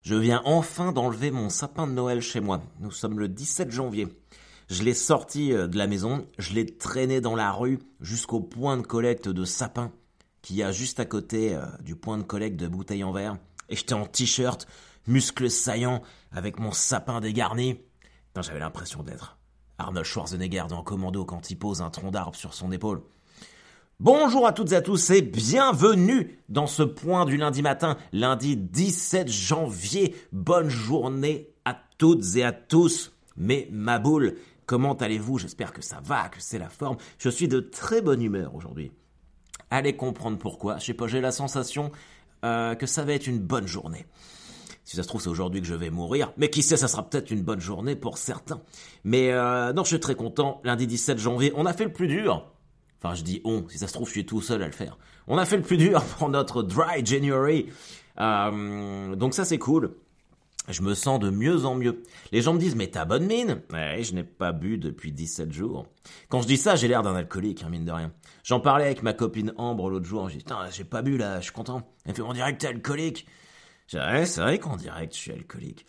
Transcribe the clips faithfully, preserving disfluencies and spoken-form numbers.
Je viens enfin d'enlever mon sapin de Noël chez moi. Nous sommes le dix-sept janvier. Je l'ai sorti de la maison, je l'ai traîné dans la rue jusqu'au point de collecte de sapin qu'il y a juste à côté euh, du point de collecte de bouteilles en verre. Et j'étais en t-shirt, muscles saillants, avec mon sapin dégarni. Putain, j'avais l'impression d'être Arnold Schwarzenegger dans Commando quand il pose un tronc d'arbre sur son épaule. Bonjour à toutes et à tous et bienvenue dans ce point du lundi matin, lundi dix-sept janvier. Bonne journée à toutes et à tous. Mes maboules, comment allez-vous? J'espère que ça va, que c'est la forme. Je suis de très bonne humeur aujourd'hui. Allez comprendre pourquoi. Je sais pas, j'ai la sensation euh, que ça va être une bonne journée. Si ça se trouve, c'est aujourd'hui que je vais mourir. Mais qui sait, ça sera peut-être une bonne journée pour certains. Mais euh, non, je suis très content. Lundi dix-sept janvier, on a fait le plus dur. Enfin, je dis on, si ça se trouve, je suis tout seul à le faire. On a fait le plus dur pour notre Dry January. Euh, donc ça, c'est cool. Je me sens de mieux en mieux. Les gens me disent, mais t'as bonne mine? Ouais, je n'ai pas bu depuis dix-sept jours. Quand je dis ça, j'ai l'air d'un alcoolique, hein, mine de rien. J'en parlais avec ma copine Ambre l'autre jour. J'ai dit, putain, j'ai pas bu là, je suis content. Elle me fait, on dirait que t'es alcoolique. J'ai dit, ouais, c'est vrai qu'en direct, je suis alcoolique.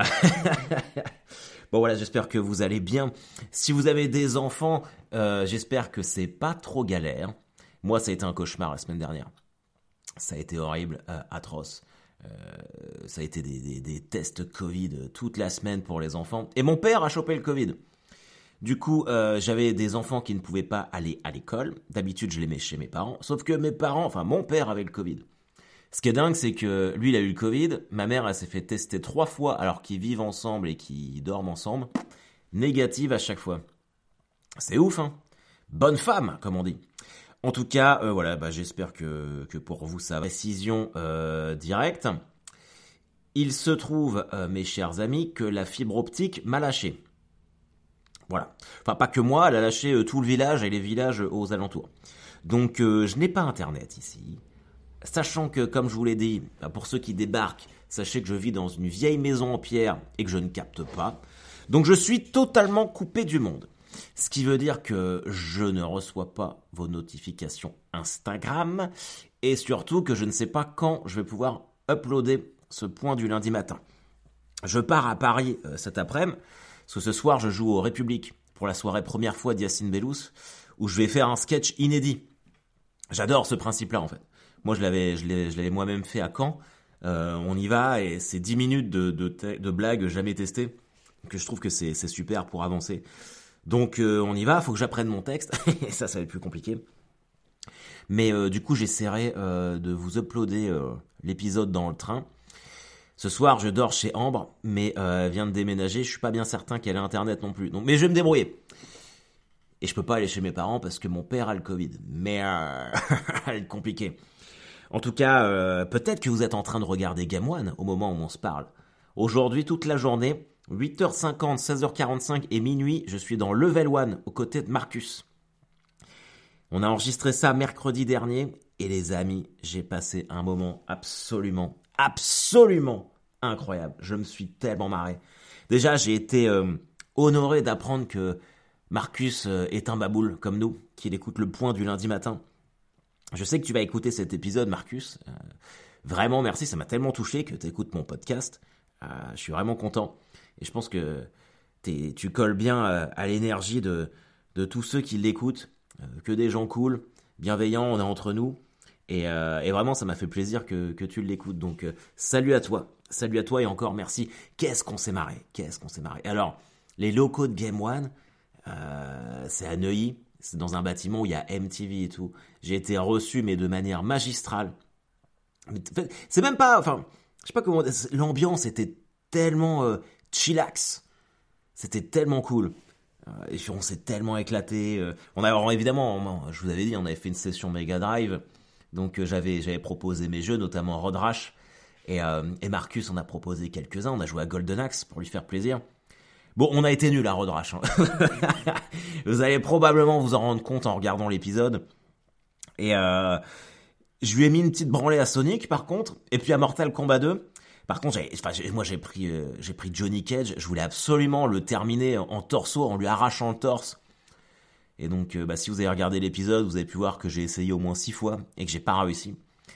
Bon voilà, j'espère que vous allez bien. Si vous avez des enfants, euh, j'espère que c'est pas trop galère. Moi, ça a été un cauchemar la semaine dernière. Ça a été horrible, euh, atroce. Euh, ça a été des, des, des tests Covid toute la semaine pour les enfants. Et mon père a chopé le Covid. Du coup, euh, j'avais des enfants qui ne pouvaient pas aller à l'école. D'habitude, je les mets chez mes parents. Sauf que mes parents, enfin mon père avait le Covid. Ce qui est dingue, c'est que lui, il a eu le Covid. Ma mère, elle s'est fait tester trois fois alors qu'ils vivent ensemble et qu'ils dorment ensemble. Négative à chaque fois. C'est ouf, hein? Bonne femme, comme on dit. En tout cas, euh, voilà, bah, j'espère que, que pour vous, ça va. Précision euh, directe. Il se trouve, euh, mes chers amis, que la fibre optique m'a lâché. Voilà. Enfin, pas que moi, elle a lâché euh, tout le village et les villages aux alentours. Donc, euh, je n'ai pas Internet ici. Sachant que, comme je vous l'ai dit, pour ceux qui débarquent, sachez que je vis dans une vieille maison en pierre et que je ne capte pas. Donc je suis totalement coupé du monde. Ce qui veut dire que je ne reçois pas vos notifications Instagram et surtout que je ne sais pas quand je vais pouvoir uploader ce point du lundi matin. Je pars à Paris euh, cet après-midi, parce que ce soir je joue au République pour la soirée première fois d'Yacine Bellous, où je vais faire un sketch inédit. J'adore ce principe-là en fait. Moi, je l'avais, je l'ai, je l'avais moi-même fait à Caen. Euh, on y va et c'est dix minutes de, de, te- de blagues jamais testées. Donc, je trouve que c'est, c'est super pour avancer. Donc, euh, on y va. Il faut que j'apprenne mon texte. Et ça, ça va être plus compliqué. Mais euh, du coup, j'essaierai euh, de vous uploader euh, l'épisode dans le train. Ce soir, je dors chez Ambre, mais euh, elle vient de déménager. Je suis pas bien certain qu'elle ait Internet non plus. Donc, mais je vais me débrouiller. Et je peux pas aller chez mes parents parce que mon père a le Covid. Mais euh, ça va être compliqué. En tout cas, euh, peut-être que vous êtes en train de regarder Game One au moment où on se parle. Aujourd'hui, toute la journée, huit heures cinquante, seize heures quarante-cinq et minuit, je suis dans Level One aux côtés de Marcus. On a enregistré ça mercredi dernier et les amis, j'ai passé un moment absolument, absolument incroyable. Je me suis tellement marré. Déjà, j'ai été euh, honoré d'apprendre que Marcus euh, est un baboule comme nous, qu'il écoute le point du lundi matin. Je sais que tu vas écouter cet épisode, Marcus. Euh, vraiment, merci, ça m'a tellement touché que tu écoutes mon podcast. Euh, je suis vraiment content. Et je pense que t'es, tu colles bien euh, à l'énergie de, de tous ceux qui l'écoutent. Euh, que des gens cool, bienveillants, on est entre nous. Et, euh, et vraiment, ça m'a fait plaisir que, que tu l'écoutes. Donc, euh, salut à toi. Salut à toi et encore merci. Qu'est-ce qu'on s'est marré. Qu'est-ce qu'on s'est marré. Alors, les locaux de Game One, euh, c'est à Neuilly. C'est dans un bâtiment où il y a M T V et tout. J'ai été reçu, mais de manière magistrale. C'est même pas... Enfin, je sais pas comment... L'ambiance était tellement euh, chillax. C'était tellement cool. Euh, et puis on s'est tellement éclaté. Euh, on a, alors, évidemment, on, je vous avais dit, on avait fait une session Mega Drive. Donc euh, j'avais, j'avais proposé mes jeux, notamment Road Rash. Et, euh, et Marcus en a proposé quelques-uns. On a joué à Golden Axe pour lui faire plaisir. Bon, on a été nuls à Road Rash. Hein. Vous allez probablement vous en rendre compte en regardant l'épisode. Et euh, je lui ai mis une petite branlée à Sonic, par contre. Et puis à Mortal Kombat deux. Par contre, j'ai, enfin, j'ai, moi j'ai pris, euh, j'ai pris Johnny Cage. Je voulais absolument le terminer en, en torso, en lui arrachant le torse. Et donc, euh, bah, si vous avez regardé l'épisode, vous avez pu voir que j'ai essayé au moins six fois et que j'ai pas réussi.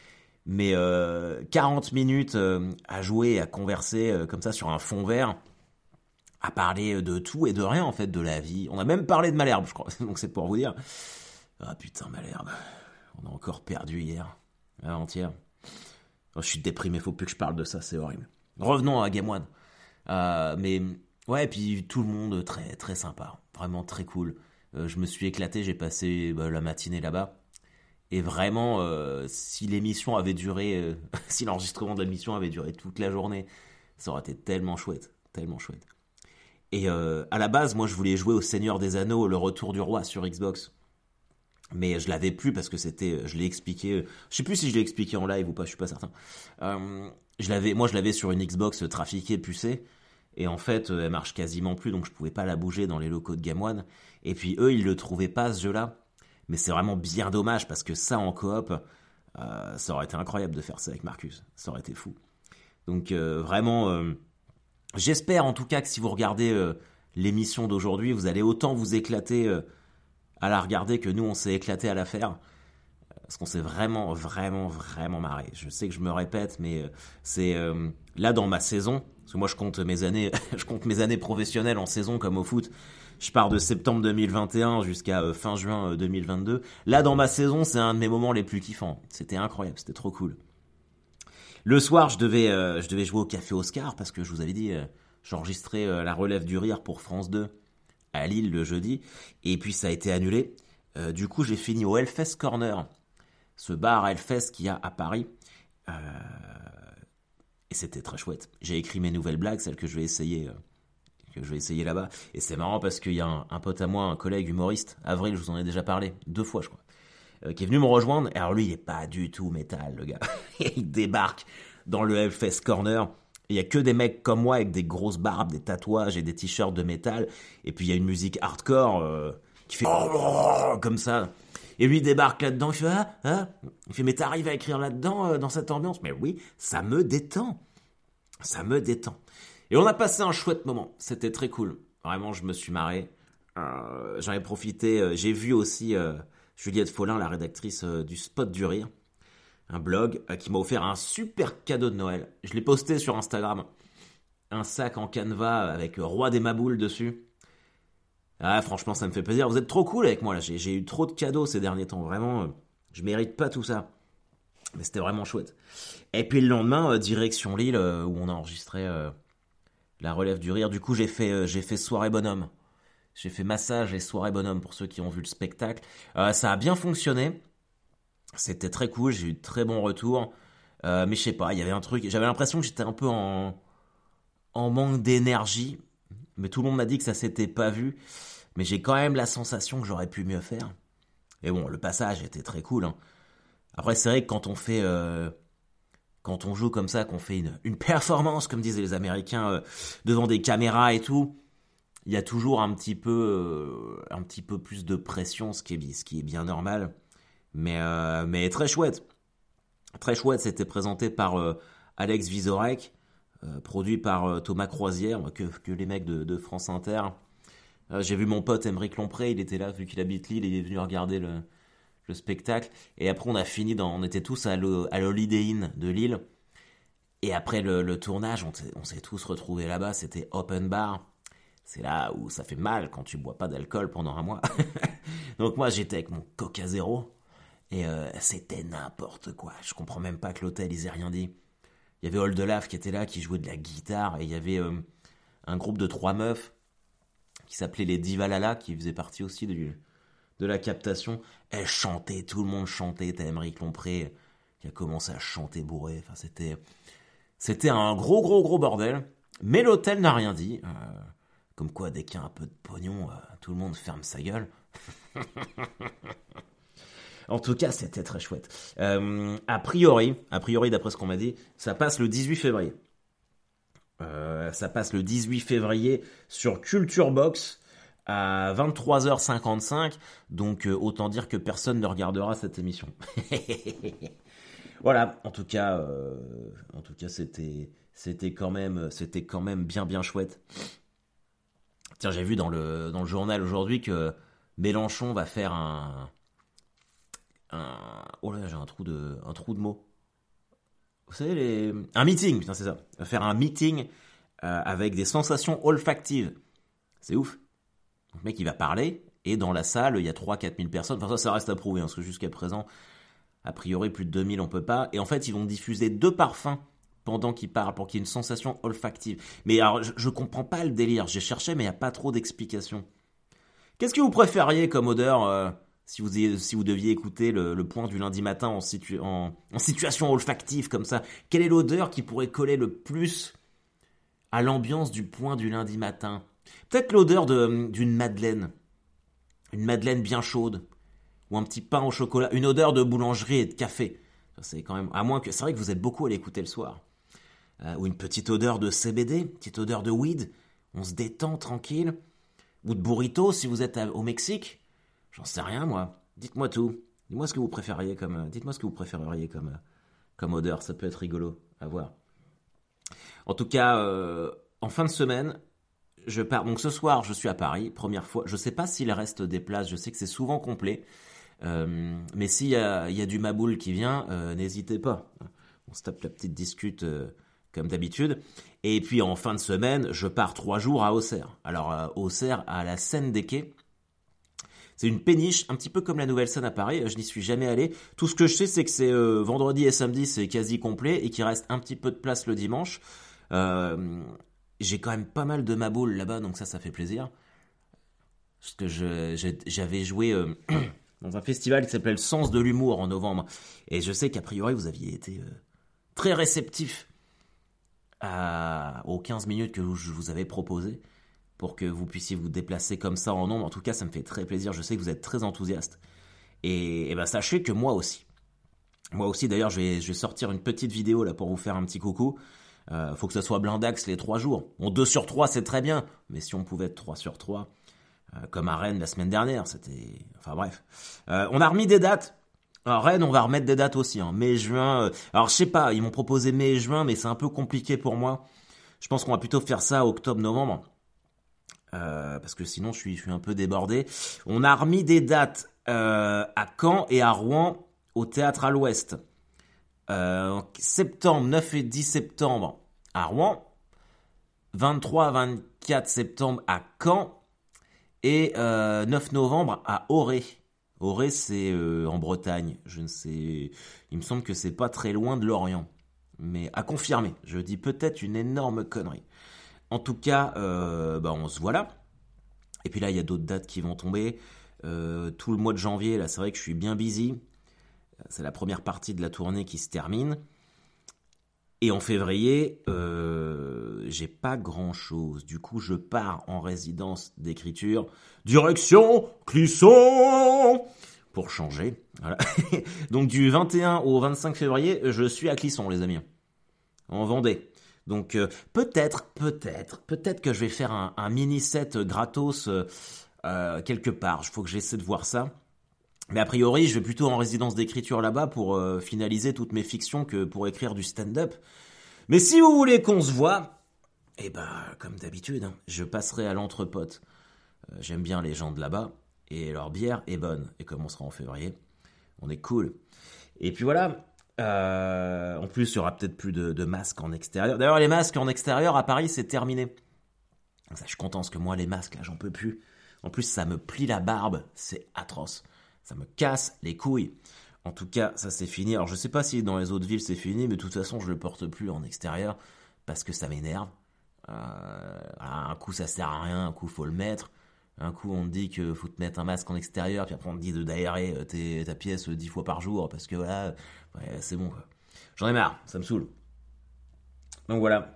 Mais euh, quarante minutes euh, à jouer, à converser euh, comme ça sur un fond vert, à parler de tout et de rien en fait, de la vie. On a même parlé de Malherbe, je crois. Donc c'est pour vous dire. Ah putain, Malherbe. On a encore perdu hier, avant-hier. Oh, je suis déprimé, faut plus que je parle de ça, c'est horrible. Revenons à Game One. Euh, mais ouais, et puis tout le monde très très sympa, vraiment très cool. Euh, je me suis éclaté, j'ai passé bah, la matinée là-bas. Et vraiment, euh, si l'émission avait duré, euh, si l'enregistrement de l'émission avait duré toute la journée, ça aurait été tellement chouette, tellement chouette. Et euh, à la base, moi, je voulais jouer au Seigneur des Anneaux, le Retour du Roi sur Xbox. Mais je l'avais plus parce que c'était, je l'ai expliqué, je sais plus si je l'ai expliqué en live ou pas, je suis pas certain. Euh, je l'avais, moi, je l'avais sur une Xbox trafiquée, pucée. Et en fait, elle marche quasiment plus, donc je pouvais pas la bouger dans les locaux de Game One. Et puis eux, ils le trouvaient pas, ce jeu-là. Mais c'est vraiment bien dommage parce que ça en coop, euh, ça aurait été incroyable de faire ça avec Marcus. Ça aurait été fou. Donc euh, vraiment, euh, j'espère en tout cas que si vous regardez euh, l'émission d'aujourd'hui, vous allez autant vous éclater euh, à la regarder que nous on s'est éclaté à la faire. Parce qu'on s'est vraiment, vraiment, vraiment marré. Je sais que je me répète, mais euh, c'est euh, là dans ma saison, parce que moi je compte mes années, je compte mes années professionnelles en saison comme au foot. Je pars de septembre deux mille vingt et un jusqu'à euh, fin juin euh, deux mille vingt-deux. Là dans ma saison, c'est un de mes moments les plus kiffants. C'était incroyable, c'était trop cool. Le soir, je devais, euh, je devais jouer au Café Oscar parce que je vous avais dit, euh, j'enregistrais euh, la relève du rire pour France deux à Lille le jeudi, et puis ça a été annulé. Euh, du coup, j'ai fini au Hellfest Corner, ce bar Hellfest qu'il y a à Paris. Euh, et c'était très chouette. J'ai écrit mes nouvelles blagues, celles que je vais essayer, euh, que je vais essayer là-bas. Et c'est marrant parce qu'il y a un, un pote à moi, un collègue humoriste, Avril, je vous en ai déjà parlé, deux fois je crois, euh, qui est venu me rejoindre. Et alors lui, il est pas du tout métal, le gars. Il débarque dans le Hellfest Corner. Il y a que des mecs comme moi avec des grosses barbes, des tatouages et des t-shirts de métal. Et puis il y a une musique hardcore euh, qui fait comme ça. Et lui débarque là-dedans, il fait ah, ah. Il fait mais t'arrives à écrire là-dedans euh, dans cette ambiance? Mais oui, ça me détend, ça me détend. Et on a passé un chouette moment, c'était très cool. Vraiment, je me suis marré. Euh, j'en ai profité. Euh, j'ai vu aussi euh, Juliette Follin, la rédactrice euh, du Spot du Rire, un blog euh, qui m'a offert un super cadeau de Noël. Je l'ai posté sur Instagram, un sac en canevas avec euh, Roi des Maboules dessus. Ah, franchement, ça me fait plaisir. Vous êtes trop cool avec moi là. J'ai, j'ai eu trop de cadeaux ces derniers temps. Vraiment, euh, je mérite pas tout ça. Mais c'était vraiment chouette. Et puis le lendemain, euh, direction Lille, euh, où on a enregistré euh, la relève du rire. Du coup, j'ai fait, euh, j'ai fait soirée bonhomme. J'ai fait massage et soirée bonhomme pour ceux qui ont vu le spectacle. Euh, ça a bien fonctionné. C'était très cool. J'ai eu de très bons retours. Euh, mais je sais pas, il y avait un truc. J'avais l'impression que j'étais un peu en, en manque d'énergie. Mais tout le monde m'a dit que ça s'était pas vu. Mais j'ai quand même la sensation que j'aurais pu mieux faire. Et bon, le passage était très cool. Hein. Après, c'est vrai que quand on fait, euh, quand on joue comme ça, qu'on fait une, une performance, comme disaient les Américains, euh, devant des caméras et tout, il y a toujours un petit peu, euh, un petit peu plus de pression, ce qui est, ce qui est bien normal. Mais, euh, mais très chouette, très chouette. C'était présenté par euh, Alex Vizorek, euh, produit par euh, Thomas Croisière, que, que les mecs de, de France Inter. Euh, j'ai vu mon pote Émeric Lompré, il était là, vu qu'il habite Lille, il est venu regarder le, le spectacle. Et après, on a fini, dans, on était tous à, le, à l'Holiday Inn de Lille. Et après le, le tournage, on, on s'est tous retrouvés là-bas, c'était open bar. C'est là où ça fait mal quand tu bois pas d'alcool pendant un mois. Donc moi, j'étais avec mon Coca Zéro. Et euh, c'était n'importe quoi. Je comprends même pas que l'hôtel, ils aient rien dit. Il y avait Oldelaf qui était là, qui jouait de la guitare. Et il y avait euh, un groupe de trois meufs qui s'appelait les Divalala, qui faisait partie aussi du, de la captation. Elles chantaient, tout le monde chantait. T'as Émeric Lompré qui a commencé à chanter bourré. Enfin, c'était, c'était un gros, gros, gros bordel. Mais l'hôtel n'a rien dit. Euh, comme quoi, dès qu'il y a un peu de pognon, euh, tout le monde ferme sa gueule. En tout cas, c'était très chouette. Euh, a priori, a priori, d'après ce qu'on m'a dit, ça passe le dix-huit février. Euh, ça passe le dix-huit février sur Culture Box à vingt-trois heures cinquante-cinq. Donc, euh, autant dire que personne ne regardera cette émission. Voilà. En tout cas, euh, en tout cas, c'était, c'était quand même, c'était quand même bien, bien chouette. Tiens, j'ai vu dans le dans le journal aujourd'hui que Mélenchon va faire un Un... Oh là, j'ai un trou de, un trou de mots. vous savez, les... un meeting, putain, c'est ça. Faire un meeting euh, avec des sensations olfactives. C'est ouf. Donc, le mec, il va parler, et dans la salle, il y a trois à quatre mille personnes. Enfin, ça, ça reste à prouver, hein, parce que jusqu'à présent, a priori, plus de deux mille, on peut pas. Et en fait, ils vont diffuser deux parfums pendant qu'il parle, pour qu'il y ait une sensation olfactive. Mais alors, je, je comprends pas le délire. J'ai cherché, mais il n'y a pas trop d'explications. Qu'est-ce que vous préfériez comme odeur euh, si, vous, si vous deviez écouter le, le point du lundi matin en, situ, en, en situation olfactive comme ça? Quelle est l'odeur qui pourrait coller le plus à l'ambiance du point du lundi matin? Peut-être l'odeur de, d'une madeleine. Une madeleine bien chaude. Ou un petit pain au chocolat. Une odeur de boulangerie et de café. Ça, c'est quand même... À moins que... C'est vrai que vous êtes beaucoup à l'écouter le soir. Euh, ou une petite odeur de C B D. Petite odeur de weed. On se détend tranquille. Ou de burrito si vous êtes à, au Mexique. J'en sais rien, moi. Dites-moi tout. Dites-moi ce que vous préfériez comme... Dites-moi ce que vous préféreriez comme, comme odeur. Ça peut être rigolo à voir. En tout cas, euh, en fin de semaine... Je pars. Donc ce soir, je suis à Paris, première fois. Je ne sais pas s'il reste des places, je sais que c'est souvent complet. Euh, mais s'il y a, il y a du Maboule qui vient, euh, n'hésitez pas. On se tape la petite discute euh, comme d'habitude. Et puis en fin de semaine, je pars trois jours à Auxerre. Alors à Auxerre, à la Seine des Quais. C'est une péniche, un petit peu comme la Nouvelle Seine à Paris. Je n'y suis jamais allé. Tout ce que je sais, c'est que c'est euh, vendredi et samedi, c'est quasi complet et qu'il reste un petit peu de place le dimanche. Euh, J'ai quand même pas mal de Maboule là-bas, donc ça, ça fait plaisir. Parce que je, je, j'avais joué euh, dans un festival qui s'appelait Le Sens de l'Humour en novembre. Et je sais qu'a priori, vous aviez été euh, très réceptif à, aux quinze minutes que je vous avais proposées pour que vous puissiez vous déplacer comme ça en nombre. En tout cas, ça me fait très plaisir. Je sais que vous êtes très enthousiaste. Et, et ben, sachez que moi aussi. Moi aussi, d'ailleurs, je vais, je vais sortir une petite vidéo là pour vous faire un petit coucou. Euh, faut que ça soit blindax les trois jours. Bon, deux sur trois, c'est très bien. Mais si on pouvait être trois sur trois, euh, comme à Rennes la semaine dernière, c'était... Enfin bref. Euh, on a remis des dates. À Rennes, on va remettre des dates aussi. Hein. Mai, juin... Euh... Alors, je sais pas, ils m'ont proposé mai et juin, mais c'est un peu compliqué pour moi. Je pense qu'on va plutôt faire ça octobre-novembre. Euh, parce que sinon, je suis, je suis un peu débordé. On a remis des dates euh, à Caen et à Rouen, au Théâtre à l'Ouest. Euh, septembre, neuf et dix septembre à Rouen, vingt-trois à vingt-quatre septembre à Caen et euh, neuf novembre à Auray. Auray, c'est euh, en Bretagne. Je ne sais, il me semble que c'est pas très loin de Lorient, mais à confirmer. Je dis peut-être une énorme connerie. En tout cas, euh, bah on se voit là. Et puis là, il y a d'autres dates qui vont tomber. Euh, tout le mois de janvier, là, c'est vrai que je suis bien busy. C'est la première partie de la tournée qui se termine. Et en février, euh, j'ai pas grand-chose. Du coup, je pars en résidence d'écriture. Direction Clisson pour changer. Voilà. Donc du vingt et un au vingt-cinq février, je suis à Clisson, les amis. En Vendée. Donc euh, peut-être, peut-être, peut-être que je vais faire un, un mini-set gratos euh, euh, quelque part. Il faut que j'essaie de voir ça. Mais a priori, je vais plutôt en résidence d'écriture là-bas pour euh, finaliser toutes mes fictions que pour écrire du stand-up. Mais si vous voulez qu'on se voit, eh ben, comme d'habitude, hein, je passerai à l'Entrepote. Euh, j'aime bien les gens de là-bas et leur bière est bonne. Et comme on sera en février, on est cool. Et puis voilà. Euh, en plus, il y aura peut-être plus de, de masques en extérieur. D'ailleurs, les masques en extérieur à Paris, c'est terminé. Ça, je suis content parce que moi, les masques, là, j'en peux plus. En plus, ça me plie la barbe. C'est atroce. Ça me casse les couilles. En tout cas, ça c'est fini. Alors je sais pas si dans les autres villes c'est fini, mais de toute façon je le porte plus en extérieur parce que ça m'énerve. Euh, un coup ça sert à rien, un coup faut le mettre. Un coup on te dit que faut te mettre un masque en extérieur, puis après on te dit de d'aérer tes, ta pièce dix fois par jour parce que voilà, ouais, c'est bon quoi. J'en ai marre, ça me saoule. Donc voilà.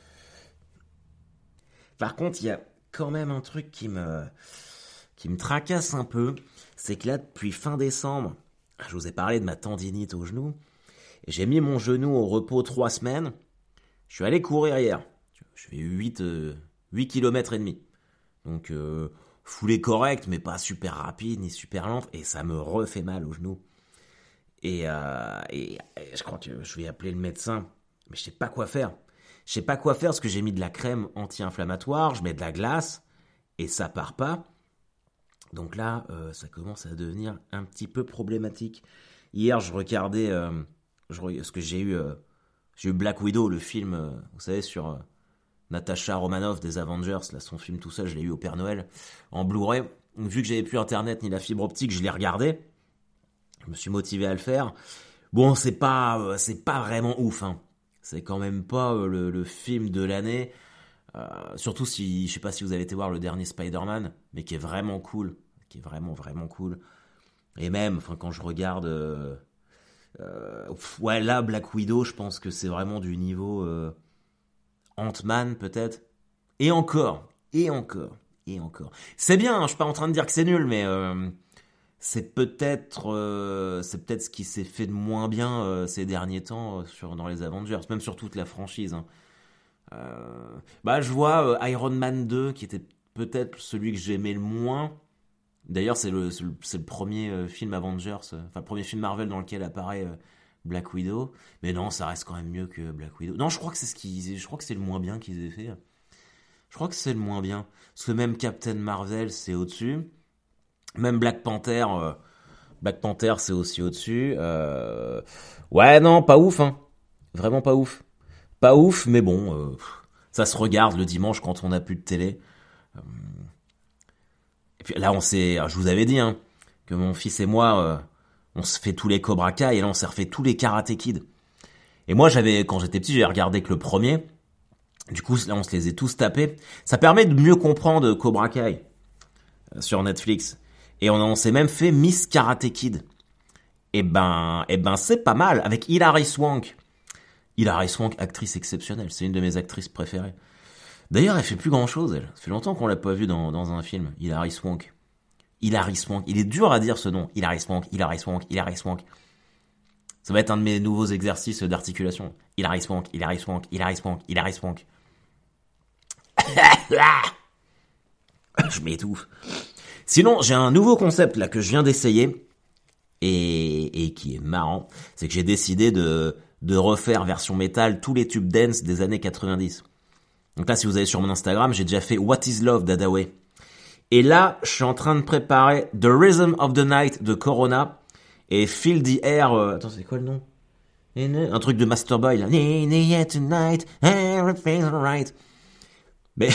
Par contre, il y a quand même un truc qui me qui me tracasse un peu. C'est que là, depuis fin décembre, je vous ai parlé de ma tendinite au genou. Et j'ai mis mon genou au repos trois semaines. Je suis allé courir hier. Je fais huit, euh, huit kilomètres et demi. Donc, euh, foulée correcte, mais pas super rapide ni super lente. Et ça me refait mal au genou. Et, euh, et, et je crois que je vais appeler le médecin. Mais je sais pas quoi faire. Je sais pas quoi faire parce que j'ai mis de la crème anti-inflammatoire. Je mets de la glace. Et ça part pas. Donc là, euh, ça commence à devenir un petit peu problématique. Hier, je regardais euh, je, ce que j'ai eu euh, J'ai eu Black Widow, le film, euh, vous savez, sur euh, Natasha Romanoff des Avengers, là, son film tout seul, je l'ai eu au Père Noël, en Blu-ray. Vu que j'avais plus Internet ni la fibre optique, je l'ai regardé. Je me suis motivé à le faire. Bon, c'est pas, euh, c'est pas vraiment ouf, hein. C'est quand même pas euh, le, le film de l'année. Euh, surtout si, je sais pas si vous avez été voir le dernier Spider-Man, mais qui est vraiment cool, qui est vraiment vraiment cool. Et même, enfin, quand je regarde, euh, euh, pff, ouais, là, Black Widow, je pense que c'est vraiment du niveau euh, Ant-Man peut-être. Et encore, et encore, et encore. C'est bien, hein, je suis pas en train de dire que c'est nul, mais euh, c'est peut-être, euh, c'est peut-être ce qui s'est fait de moins bien euh, ces derniers temps euh, sur dans les Avengers, même sur toute la franchise. Hein. Euh, bah, je vois euh, Iron Man deux, qui était peut-être celui que j'aimais le moins. D'ailleurs, c'est le, c'est le, c'est le premier euh, film Avengers, euh, enfin, le premier film Marvel dans lequel apparaît euh, Black Widow. Mais non, ça reste quand même mieux que Black Widow. Non, je crois que c'est ce qu'ils, je crois que c'est le moins bien qu'ils aient fait. Je crois que c'est le moins bien. Parce que même Captain Marvel, c'est au-dessus. Même Black Panther, euh, Black Panther, c'est aussi au-dessus. Euh... Ouais, non, pas ouf, hein. Vraiment pas ouf. Pas ouf, mais bon, euh, ça se regarde le dimanche quand on n'a plus de télé. Euh, Et puis là, on s'est, je vous avais dit, hein, que mon fils et moi, euh, on se fait tous les Cobra Kai, et là, on s'est refait tous les Karate Kid. Et moi, j'avais, quand j'étais petit, j'avais regardé que le premier. Du coup, là, on se les est tous tapés. Ça permet de mieux comprendre Cobra Kai euh, sur Netflix. Et on, on s'est même fait Miss Karate Kid. Et ben, et ben, c'est pas mal, avec Hilary Swank. Hilary Swank, actrice exceptionnelle, c'est une de mes actrices préférées. D'ailleurs, elle fait plus grand chose, elle. Ça fait longtemps qu'on l'a pas vue dans, dans un film. Hilary Swank. Hilary Swank. Il est dur à dire ce nom. Hilary Swank, Hilary Swank, Hilary Swank. Ça va être un de mes nouveaux exercices d'articulation. Hilary Swank, Hilary Swank, Hilary Swank, Hilary Swank. Je m'étouffe. Sinon, j'ai un nouveau concept là que je viens d'essayer et, et qui est marrant. C'est que j'ai décidé de, de refaire version métal tous les tubes dance des années quatre-vingt-dix. Donc là, si vous allez sur mon Instagram, j'ai déjà fait What is Love d'Adaway. Et là, je suis en train de préparer The Rhythm of the Night de Corona et Feel the Air. Euh... Attends, c'est quoi le nom? Un truc de Masterboy là. Tonight, everything's alright. Mais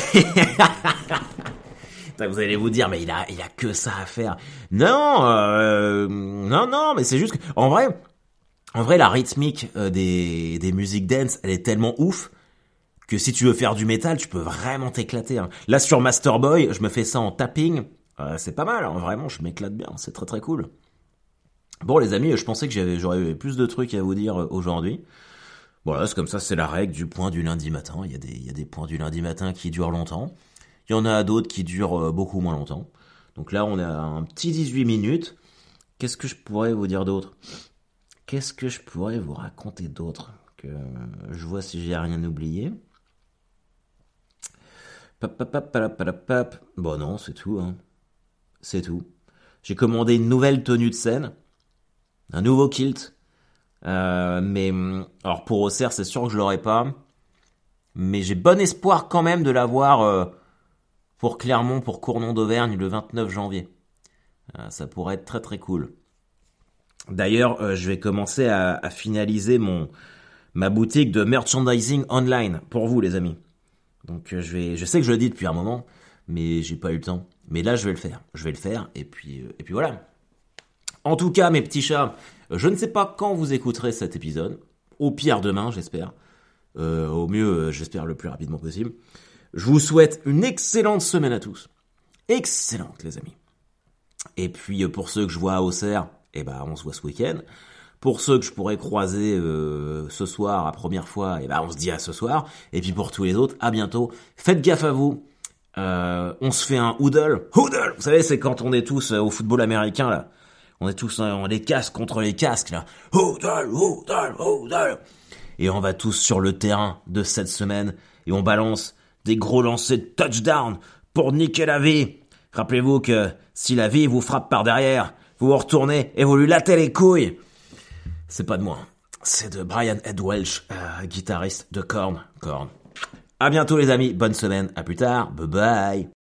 vous allez vous dire, mais il a, il a que ça à faire. Non, euh... non, non, mais c'est juste que, en vrai, en vrai, la rythmique euh, des des musiques dance, elle est tellement ouf que si tu veux faire du métal, tu peux vraiment t'éclater. Hein. Là, sur Masterboy, je me fais ça en tapping. Euh, c'est pas mal, hein. Vraiment, je m'éclate bien. C'est très très cool. Bon, les amis, je pensais que j'avais, j'aurais plus de trucs à vous dire aujourd'hui. Voilà, c'est comme ça, c'est la règle du point du lundi matin. Il y a des, il y a des points du lundi matin qui durent longtemps. Il y en a d'autres qui durent beaucoup moins longtemps. Donc là, on a un petit dix-huit minutes. Qu'est-ce que je pourrais vous dire d'autre? Qu'est-ce que je pourrais vous raconter d'autre? Que je vois si j'ai rien oublié. Pap, pap, pap, pap, pap, pap. Bon non, c'est tout, hein. C'est tout. J'ai commandé une nouvelle tenue de scène, un nouveau kilt. Euh, mais alors pour Auxerre, c'est sûr que je l'aurai pas. Mais j'ai bon espoir quand même de l'avoir euh, pour Clermont, pour Cournon d'Auvergne le vingt-neuf janvier. Euh, ça pourrait être très très cool. D'ailleurs, euh, je vais commencer à, à finaliser mon ma boutique de merchandising online pour vous, les amis. Donc euh, je vais, je sais que je le dis depuis un moment, mais j'ai pas eu le temps. Mais là, je vais le faire. Je vais le faire, et puis, euh, et puis voilà. En tout cas, mes petits chats, je ne sais pas quand vous écouterez cet épisode. Au pire demain, j'espère. Euh, au mieux, euh, j'espère le plus rapidement possible. Je vous souhaite une excellente semaine à tous. Excellente, les amis. Et puis, euh, pour ceux que je vois à Auxerre, eh ben, on se voit ce week-end. Pour ceux que je pourrais croiser euh, ce soir, à première fois, eh ben, on se dit à ce soir. Et puis pour tous les autres, à bientôt. Faites gaffe à vous. Euh, on se fait un hoodle. Hoodle, vous savez, c'est quand on est tous euh, au football américain, là. On est tous, euh, on les casques contre les casques, là. Hoodle, hoodle, hoodle. Et on va tous sur le terrain de cette semaine. Et on balance des gros lancers de touchdown pour niquer la vie. Rappelez-vous que si la vie vous frappe par derrière, vous vous retournez et vous lui lattez les couilles. C'est pas de moi. C'est de Brian Ed Welch, euh, guitariste de Korn. Korn. À bientôt les amis. Bonne semaine. À plus tard. Bye bye.